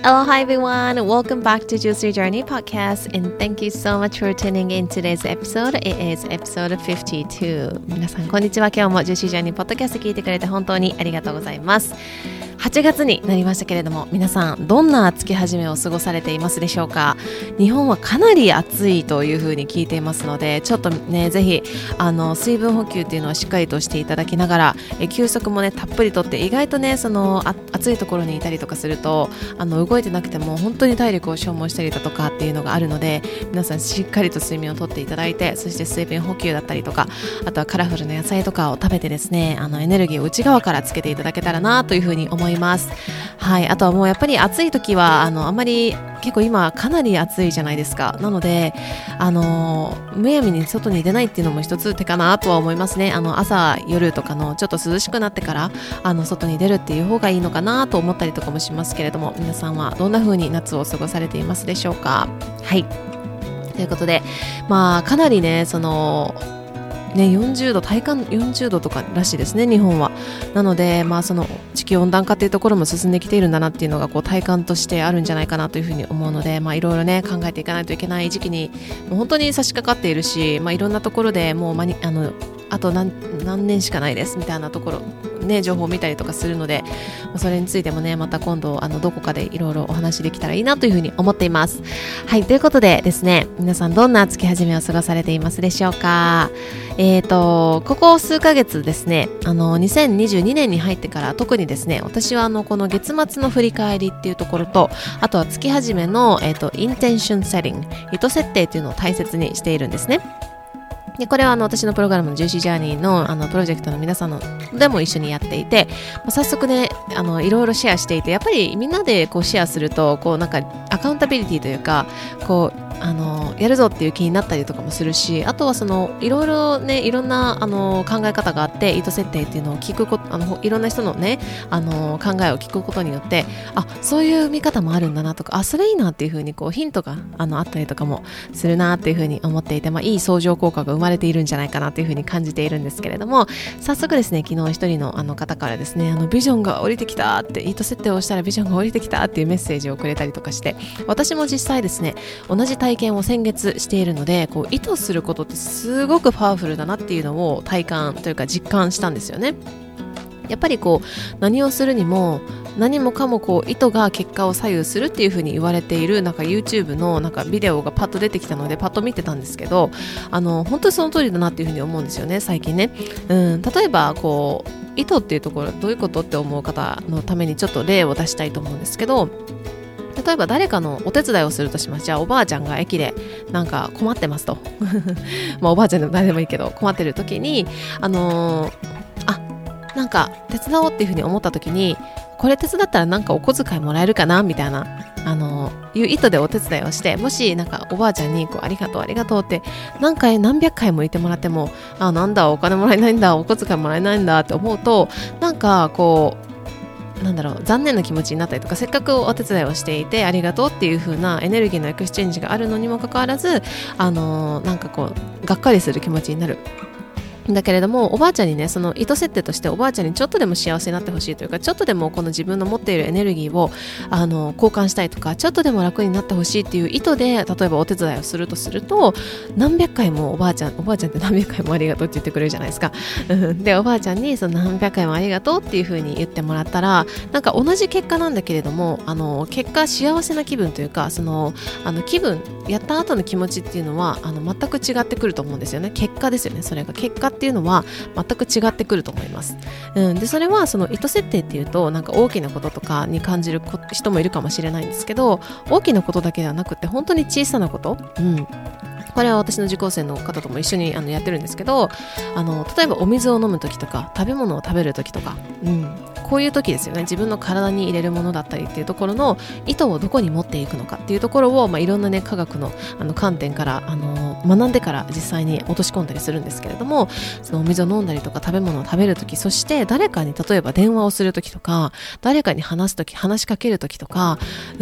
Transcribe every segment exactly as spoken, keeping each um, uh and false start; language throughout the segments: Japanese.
Hello, hi everyone. Welcome back to Juicy Journey Podcast, and thank you so much for tuning in today's episode. It is episode fifty-two. 皆さんこんにちは。今日も Juicy Journey Podcast 聞いてくれて本当にありがとうございます。はちがつになりましたけれども、皆さんどんな月始めを過ごされていますでしょうか。日本はかなり暑いというふうに聞いていますので、ちょっとねぜひあの水分補給っていうのはしっかりとしていただきながら、え休息もねたっぷりとって、意外とねそのあ暑いところにいたりとかすると、あの動いてなくても本当に体力を消耗したりだとかっていうのがあるので、皆さんしっかりと睡眠をとっていただいて、そして水分補給だったりとか、あとはカラフルな野菜とかを食べてですね、あのエネルギーを内側からつけていただけたらなというふうに思います。はい、あとはもうやっぱり暑い時はあのあんまり、結構今かなり暑いじゃないですか。なのであのむやみに外に出ないっていうのも一つ手かなとは思いますね。あの朝夜とかのちょっと涼しくなってからあの外に出るっていう方がいいのかなと思ったりとかもしますけれども、皆さんはどんな風に夏を過ごされていますでしょうか。はい、ということで、まあかなりねそのね、よんじゅうど、体感よんじゅうどとからしいですね、日本は。なので、まあ、その地球温暖化っていうところも進んできているんだなっていうのがこう体感としてあるんじゃないかなというふうに思うので、まあ、いろいろね考えていかないといけない時期にもう本当に差し掛かっているし、まあ、いろんなところでもうマニあのあと 何, 何年しかないですみたいなところ、ね、情報を見たりとかするので、それについてもねまた今度あのどこかでいろいろお話できたらいいなというふうに思っています。はい、ということでですね、皆さんどんな月始めを過ごされていますでしょうか。えーとここ数ヶ月ですね、あのにせんにじゅうにねんに入ってから特にですね、私はあのこの月末の振り返りっていうところと、あとは月始めの、えーとインテンションセッティング、意図設定っていうのを大切にしているんですね。でこれはあの私のプログラムのジューシージャーニー の, あのプロジェクトの皆さんのでも一緒にやっていて、早速ねあのいろいろシェアしていて、やっぱりみんなでこうシェアするとこうなんかアカウンタビリティというか、こうあのやるぞっていう気になったりとかもするし、あとはそのいろいろねいろんなあの考え方があって、意図設定っていうのを聞くこと、あのいろんな人のねあの考えを聞くことによって、あそういう見方もあるんだなとか、あそれいいなっていうふうにこうヒントがあのあったりとかもするなっていうふうに思っていて、まあ、いい相乗効果が生まれているんじゃないかなというふうに感じているんですけれども、早速ですね昨日一人のあの方からですね、あのビジョンが降りてきたって、意図設定をしたらビジョンが降りてきたっていうメッセージをくれたりとかして、私も実際ですね同じ体験を先月しているので、こう意図することってすごくパワフルだなっていうのを体感というか実感したんですよね。やっぱりこう何をするにも何もかもこう意図が結果を左右するっていう風に言われている、なんか YouTube のなんかビデオがパッと出てきたのでパッと見てたんですけど、あの本当にその通りだなっていう風に思うんですよね、最近ね。うん、例えばこう意図っていうところどういうことって思う方のためにちょっと例を出したいと思うんですけど、例えば誰かのお手伝いをするとします。じゃあおばあちゃんが駅でなんか困ってますとまあおばあちゃんでも誰でもいいけど困ってる時に、あのー、あなんか手伝おうっていうふうに思った時に、これ手伝ったらなんかお小遣いもらえるかなみたいな、あのー、いう意図でお手伝いをして、もしなんかおばあちゃんにこうありがとうありがとうって何回何百回も言ってもらっても、あなんだお金もらえないんだ、お小遣いもらえないんだって思うと、なんかこうなんだろう残念な気持ちになったりとか、せっかくお手伝いをしていてありがとうっていう風なエネルギーのエクスチェンジがあるのにもかかわらず、あのー、なんかこうがっかりする気持ちになる。だけれどもおばあちゃんにねその意図設定としておばあちゃんにちょっとでも幸せになってほしいというか、ちょっとでもこの自分の持っているエネルギーをあの交換したいとか、ちょっとでも楽になってほしいっていう意図で例えばお手伝いをするとすると、何百回もおばあちゃんおばあちゃんって何百回もありがとうって言ってくれるじゃないですかでおばあちゃんにその何百回もありがとうっていう風に言ってもらったら、なんか同じ結果なんだけれども、あの結果幸せな気分というか、そのあの気分やった後の気持ちっていうのはあの全く違ってくると思うんですよね。結果ですよね。それが結果っていうのは全く違ってくると思います、うん、でそれはその意図設定っていうとなんか大きなこととかに感じる人もいるかもしれないんですけど、大きなことだけではなくて本当に小さなこと、うん、これは私の受講生の方とも一緒にあのやってるんですけど、あの例えばお水を飲むときとか食べ物を食べるときとか、うん、こういう時ですよね。自分の体に入れるものだったりっていうところの意図をどこに持っていくのかっていうところを、まあ、いろんなね科学の、あの観点から、あのー、学んでから実際に落とし込んだりするんですけれども、そのお水を飲んだりとか食べ物を食べる時、そして誰かに例えば電話をする時とか、誰かに話す時、話しかける時とか、うん、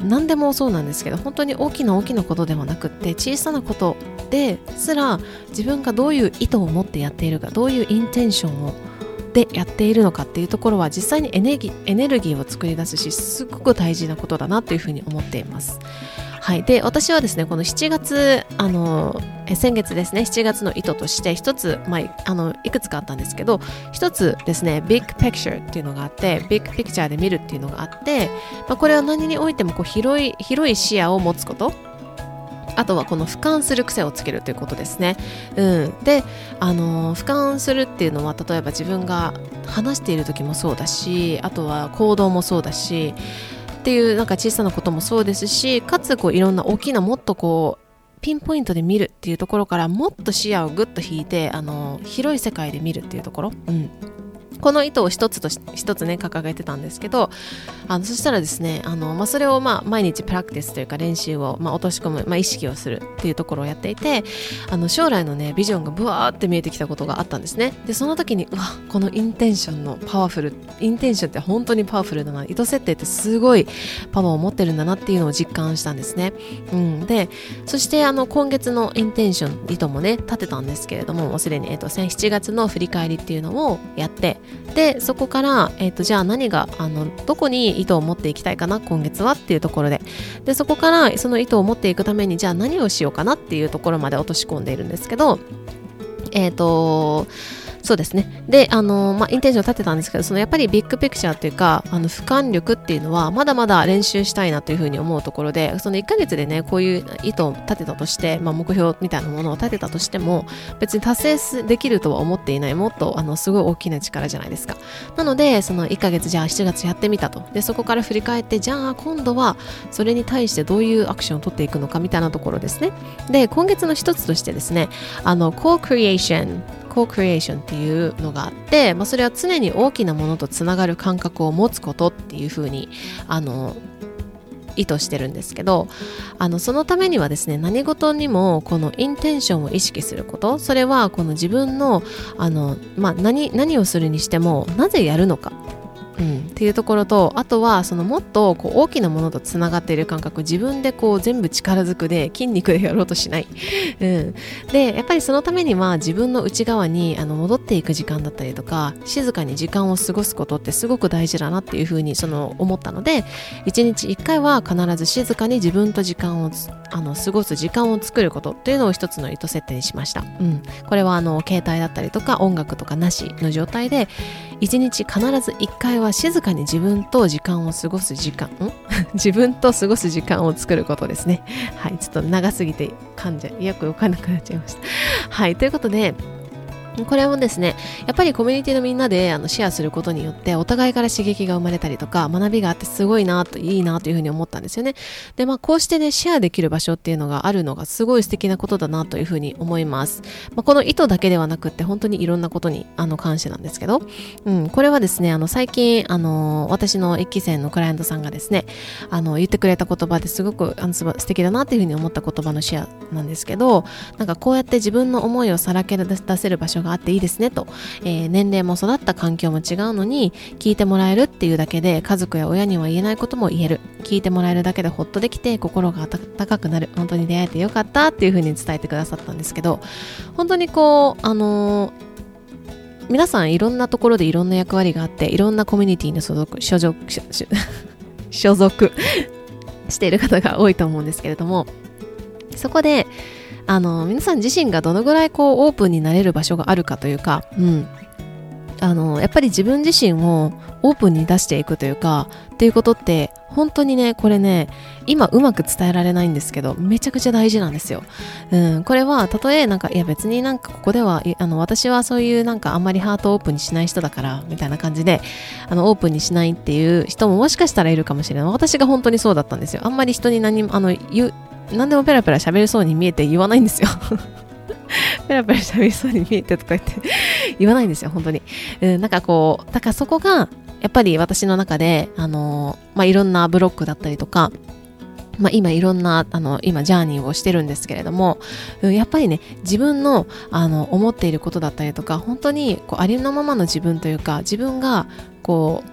何でもそうなんですけど、本当に大きな大きなことではなくって小さなことですら自分がどういう意図を持ってやっているか、どういうインテンションをでやっているのかっていうところは実際にエネルギー、エネルギーを作り出すし、すごく大事なことだなというふうに思っています。はい、で私はですねこのしちがつあのえ先月ですねしちがつの意図として一つ、まあ、あのいくつかあったんですけど、一つですね Big Picture っていうのがあって Big Picture で見るっていうのがあって、まあ、これは何においてもこう広い広い視野を持つこと、あとはこの俯瞰する癖をつけるということですね。うん、で、あのー、俯瞰するっていうのは例えば自分が話している時もそうだし、あとは行動もそうだしっていうなんか小さなこともそうですし、かつこういろんな大きなもっとこうピンポイントで見るっていうところからもっと視野をぐっと引いて、あのー、広い世界で見るっていうところ、うんこの意図を一つとし一つね掲げてたんですけど、あのそしたらですねあの、まあ、それをまあ毎日プラクティスというか練習をまあ落とし込む、まあ、意識をするっていうところをやっていて、あの将来のねビジョンがブワーって見えてきたことがあったんですね。でその時にうわこのインテンションのパワフルインテンションって本当にパワフルだな、意図設定ってすごいパワーを持ってるんだなっていうのを実感したんですね。うん、でそしてあの今月のインテンション意図もね立てたんですけれども、もうすでに、えー、としちがつの振り返りっていうのをやって、でそこから、えー、とじゃあ何があのどこに意図を持っていきたいかな今月はっていうところで、でそこからその意図を持っていくためにじゃあ何をしようかなっていうところまで落とし込んでいるんですけど、えっ、ー、とそうですね。で、あの、まあ、インテンションを立てたんですけど、そのやっぱりビッグピクチャーっていうか、あの、俯瞰力っていうのは、まだまだ練習したいなというふうに思うところで、そのいっかげつでね、こういう意図を立てたとして、まあ、目標みたいなものを立てたとしても、別に達成できるとは思っていない、もっと、あの、すごい大きな力じゃないですか。なので、そのいっかげつ、じゃあしちがつやってみたと。で、そこから振り返って、じゃあ今度は、それに対してどういうアクションを取っていくのかみたいなところですね。で、今月の一つとしてですね、あの、Co-Creation、Co-Creation っていうのがあって、まあ、それは常に大きなものとつながる感覚を持つことっていうふうにあの意図してるんですけど、あのそのためにはですね何事にもこのインテンションを意識すること、それはこの自分の、あの、まあ、何、何をするにしてもなぜやるのか、うん、っていうところと、あとはそのもっとこう大きなものとつながっている感覚、自分でこう全部力ずくで筋肉でやろうとしない、うん、でやっぱりそのためには自分の内側にあの戻っていく時間だったりとか、静かに時間を過ごすことってすごく大事だなっていうふうにその思ったので、いちにちいっかいは必ず静かに自分と時間をあの過ごす時間を作ることっていうのを一つの意図設定にしました。うん、これはあの携帯だったりとか音楽とかなしの状態でいちにち必ずいっかいは静かに自分と時間を過ごす時間自分と過ごす時間を作ることですね。はい、ちょっと長すぎて噛んじゃよくわかんなくなっちゃいました。はい、ということでこれもですねやっぱりコミュニティのみんなであのシェアすることによってお互いから刺激が生まれたりとか学びがあってすごいなといいなというふうに思ったんですよね。でまあこうしてねシェアできる場所っていうのがあるのがすごい素敵なことだなというふうに思います。まあ、この意図だけではなくって本当にいろんなことにあの関してなんですけど、うん、これはですねあの最近あの私の一期生のクライアントさんがですねあの言ってくれた言葉ですごくあの素敵だなというふうに思った言葉のシェアなんですけど、なんかこうやって自分の思いをさらけ出せる場所があっていいですねと、えー、年齢も育った環境も違うのに聞いてもらえるっていうだけで家族や親には言えないことも言える、聞いてもらえるだけでほっとできて心が温かくなる、本当に出会えてよかったっていう風に伝えてくださったんですけど、本当にこうあのー、皆さんいろんなところでいろんな役割があっていろんなコミュニティに所属所属所属している方が多いと思うんですけれども、そこであの皆さん自身がどのぐらいこうオープンになれる場所があるかというか、うん、あのやっぱり自分自身をオープンに出していくというかっていうことって本当にねこれね今うまく伝えられないんですけどめちゃくちゃ大事なんですよ。うん、これはたとえなんかいや別になんかここではあの私はそういうなんかあんまりハートオープンにしない人だからみたいな感じであのオープンにしないっていう人ももしかしたらいるかもしれない。私が本当にそうだったんですよ。あんまり人に何もあの言う何でもペラペラ喋れそうに見えて言わないんですよペラペラ喋りそうに見えてとか言って言わないんですよ本当に、うん、なんかこうだからそこがやっぱり私の中であの、まあ、いろんなブロックだったりとか、まあ、今いろんなあの今ジャーニーをしてるんですけれども、やっぱりね自分のあの思っていることだったりとか本当にこうありのままの自分というか自分がこう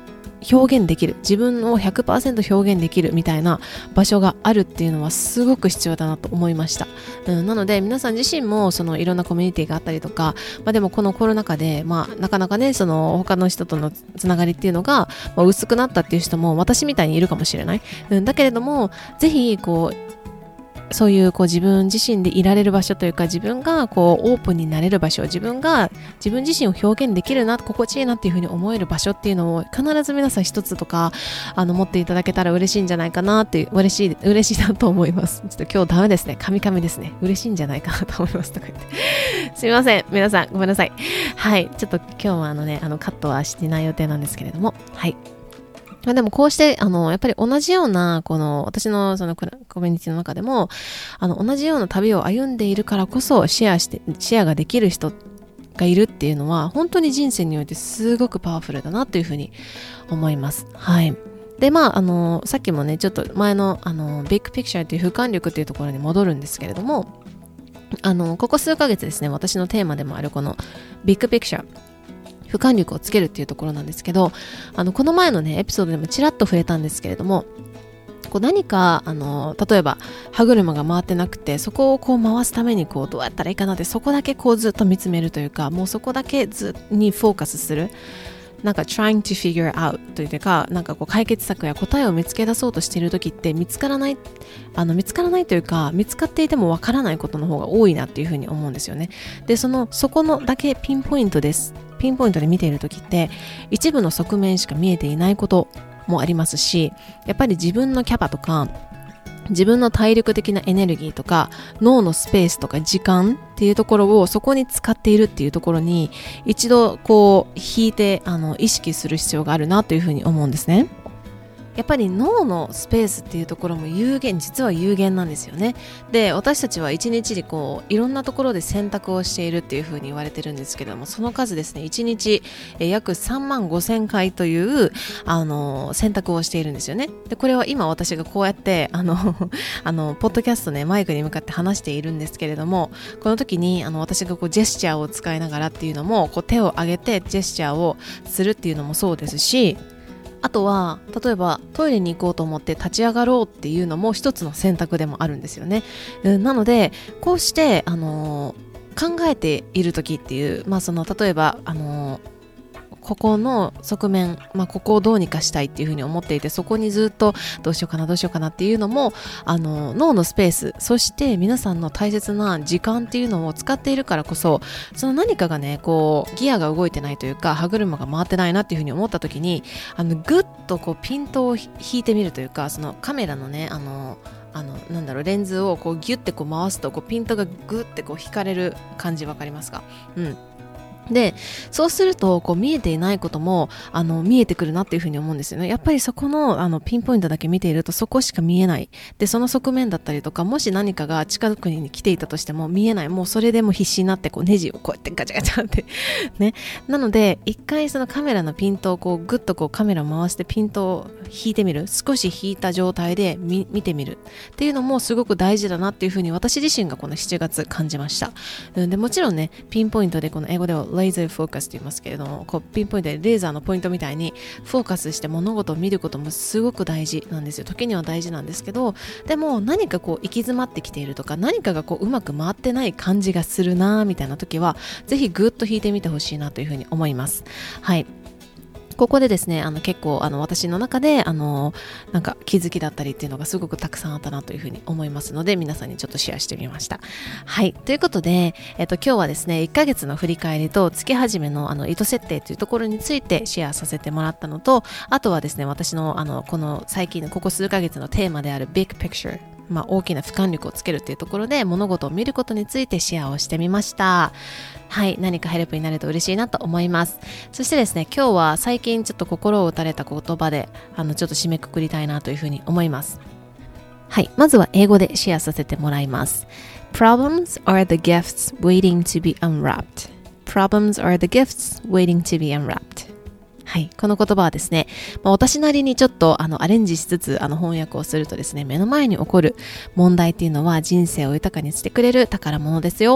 表現できる、自分を ひゃくパーセント 表現できるみたいな場所があるっていうのはすごく必要だなと思いました。うん、なので皆さん自身もそのいろんなコミュニティがあったりとか、まあ、でもこのコロナ禍で、まあ、なかなかねその他の人とのつながりっていうのが、まあ、薄くなったっていう人も私みたいにいるかもしれない。うん、だけれどもぜひこうそういうこう自分自身でいられる場所というか、自分がこうオープンになれる場所、自分が自分自身を表現できるな、心地いいなっていうふうに思える場所っていうのを必ず皆さん一つとかあの持っていただけたら嬉しいんじゃないかなっていう、嬉しい嬉しいなと思います。ちょっと今日ダメですね、カミカミですね。嬉しいんじゃないかなと思いますとか言ってすみません皆さん、ごめんなさい。はい、ちょっと今日はあのねあのカットはしてない予定なんですけれども、はい。でもこうしてあのやっぱり同じようなこの私のそのコミュニティの中でもあの同じような旅を歩んでいるからこそシェアしてシェアができる人がいるっていうのは本当に人生においてすごくパワフルだなというふうに思います。はい。でまああのさっきもねちょっと前のあのビッグピクチャーという俯瞰力っていうところに戻るんですけれども、あのここ数ヶ月ですね、私のテーマでもあるこのビッグピクチャー、俯瞰力をつけるっていうところなんですけど、あのこの前のねエピソードでもちらっと触れたんですけれども、こう何かあの例えば歯車が回ってなくて、そこをこう回すためにこうどうやったらいいかなって、そこだけこうずっと見つめるというか、もうそこだけずにフォーカスする、なんか trying to figure out というか、なんかこう解決策や答えを見つけ出そうとしている時って見つからないあの見つからないというか、見つかっていてもわからないことの方が多いなっていうふうに思うんですよね。でそのそこのだけピンポイントですピンポイントで見ている時って一部の側面しか見えていないこともありますし、やっぱり自分のキャパとか自分の体力的なエネルギーとか脳のスペースとか時間っていうところをそこに使っているっていうところに一度こう引いてあの意識する必要があるなというふうに思うんですね。やっぱり脳のスペースっていうところも有限、実は有限なんですよね。で、私たちは一日にこういろんなところで選択をしているっていうふうに言われてるんですけれども、その数ですね、一日え約さんまんごせんかいというあの選択をしているんですよね。で、これは今私がこうやってあのあのポッドキャストねマイクに向かって話しているんですけれども、この時にあの私がこうジェスチャーを使いながらっていうのも、こう手を上げてジェスチャーをするっていうのもそうですし、あとは例えばトイレに行こうと思って立ち上がろうっていうのも一つの選択でもあるんですよね。うん、なのでこうしてあのー、考えている時っていう、まあその例えばあのーここの側面、まあ、ここをどうにかしたいっていうふうに思っていて、そこにずっとどうしようかなどうしようかなっていうのもあの脳のスペース、そして皆さんの大切な時間っていうのを使っているからこそ、その何かがねこうギアが動いてないというか歯車が回ってないなっていうふうに思った時に、あのグッとこうピントを引いてみるというか、そのカメラのねあのあのなんだろうレンズをこうギュッてこう回すとこうピントがグッてこう引かれる感じ、わかりますか？うんで、そうするとこう見えていないこともあの見えてくるなっていうふうに思うんですよね。やっぱりそこのあのピンポイントだけ見ているとそこしか見えない。で、その側面だったりとか、もし何かが近くに来ていたとしても見えない。もうそれでも必死になってこうネジをこうやってガチャガチャってね。なので一回そのカメラのピントをこうグッとこうカメラを回してピントを引いてみる。少し引いた状態で 見, 見てみるっていうのもすごく大事だなっていうふうに私自身がこのしちがつ感じました。で、もちろんねピンポイントでこの英語ではレーザーフォーカスと言いますけれども、こうピンポイントでレーザーのポイントみたいにフォーカスして物事を見ることもすごく大事なんですよ。時には大事なんですけど、でも何かこう行き詰まってきているとか、何かがこううまく回ってない感じがするなみたいな時は、ぜひグッと引いてみてほしいなというふうに思います。はい。ここでですね、あの結構あの私の中であのなんか気づきだったりっていうのがすごくたくさんあったなというふうに思いますので、皆さんにちょっとシェアしてみました。はい、ということで、えっと今日はですねいっかげつの振り返りと月始めのあの意図設定というところについてシェアさせてもらったのと、あとはですね私のあのこの最近のここ数ヶ月のテーマである Big Picture、まあ、大きな俯瞰力をつけるっていうところで物事を見ることについてシェアをしてみました。はい、何かヘルプになると嬉しいなと思います。そしてですね、今日は最近ちょっと心を打たれた言葉であのちょっと締めくくりたいなというふうに思います。はい、まずは英語でシェアさせてもらいます。Problems are the gifts waiting to be unwrapped. Problems are the gifts waiting to be unwrapped.はい、この言葉はですね、まあ、私なりにちょっとあのアレンジしつつあの翻訳をするとですね、目の前に起こる問題っていうのは人生を豊かにしてくれる宝物ですよ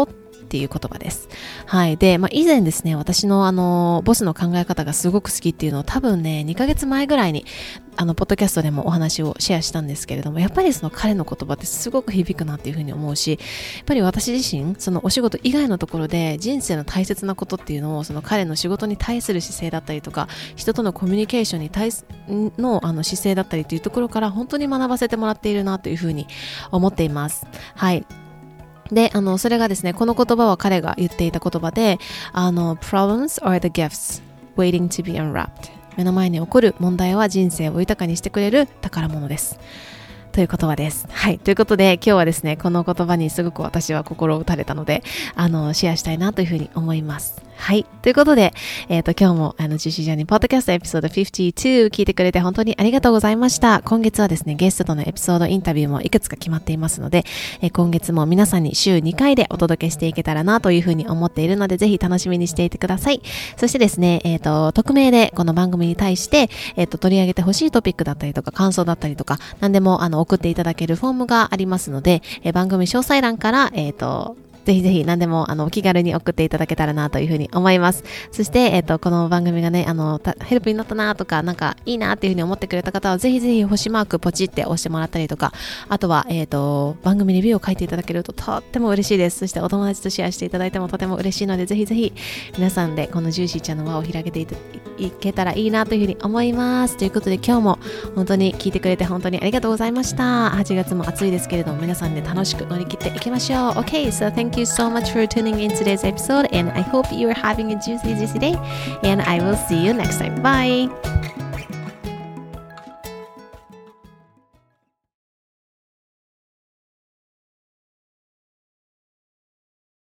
っていう言葉です。はい。で、まあ、以前ですね、私のあの、ボスの考え方がすごく好きっていうのを多分ね、にかげつまえぐらいに、あの、ポッドキャストでもお話をシェアしたんですけれども、やっぱりその彼の言葉ってすごく響くなっていうふうに思うし、やっぱり私自身、そのお仕事以外のところで人生の大切なことっていうのを、その彼の仕事に対する姿勢だったりとか、人とのコミュニケーションに対すの、あの姿勢だったりというところから本当に学ばせてもらっているなというふうに思っています。はい。で、あの、それがですね、この言葉は彼が言っていた言葉で、あの、problems are the gifts waiting to be unwrapped。目の前に起こる問題は人生を豊かにしてくれる宝物です。という言葉です。はい。ということで、今日はですね、この言葉にすごく私は心を打たれたので、あの、シェアしたいなというふうに思います。はい。ということで、えっと、今日も、あの、ジュシージャーニーポッドキャストエピソードごじゅうに聞いてくれて本当にありがとうございました。今月はですね、ゲストとのエピソードインタビューもいくつか決まっていますので、えー、今月も皆さんに週にかいでお届けしていけたらなというふうに思っているので、ぜひ楽しみにしていてください。そしてですね、えっと、匿名でこの番組に対して、えっと、取り上げてほしいトピックだったりとか、感想だったりとか、何でも、あの、送っていただけるフォームがありますので、えー、番組詳細欄から、えっと、ぜひぜひ何でもあのお気軽に送っていただけたらなというふうに思います。そして、えっと、この番組がね、あの、ヘルプになったなとか、なんかいいなっていうふうに思ってくれた方は、ぜひぜひ星マークポチって押してもらったりとか、あとは、えっと、番組レビューを書いていただけるととっても嬉しいです。そしてお友達とシェアしていただいてもとても嬉しいので、ぜひぜひ皆さんでこのジューシーちゃんの輪を広げてい, いけたらいいなというふうに思います。ということで今日も本当に聞いてくれて本当にありがとうございました。はちがつも暑いですけれども、皆さんで楽しく乗り切っていきましょう。Okay, so thank you so much for tuning in today's episode, and I hope you are having a juicy, juicy day, and I will see you next time. Bye!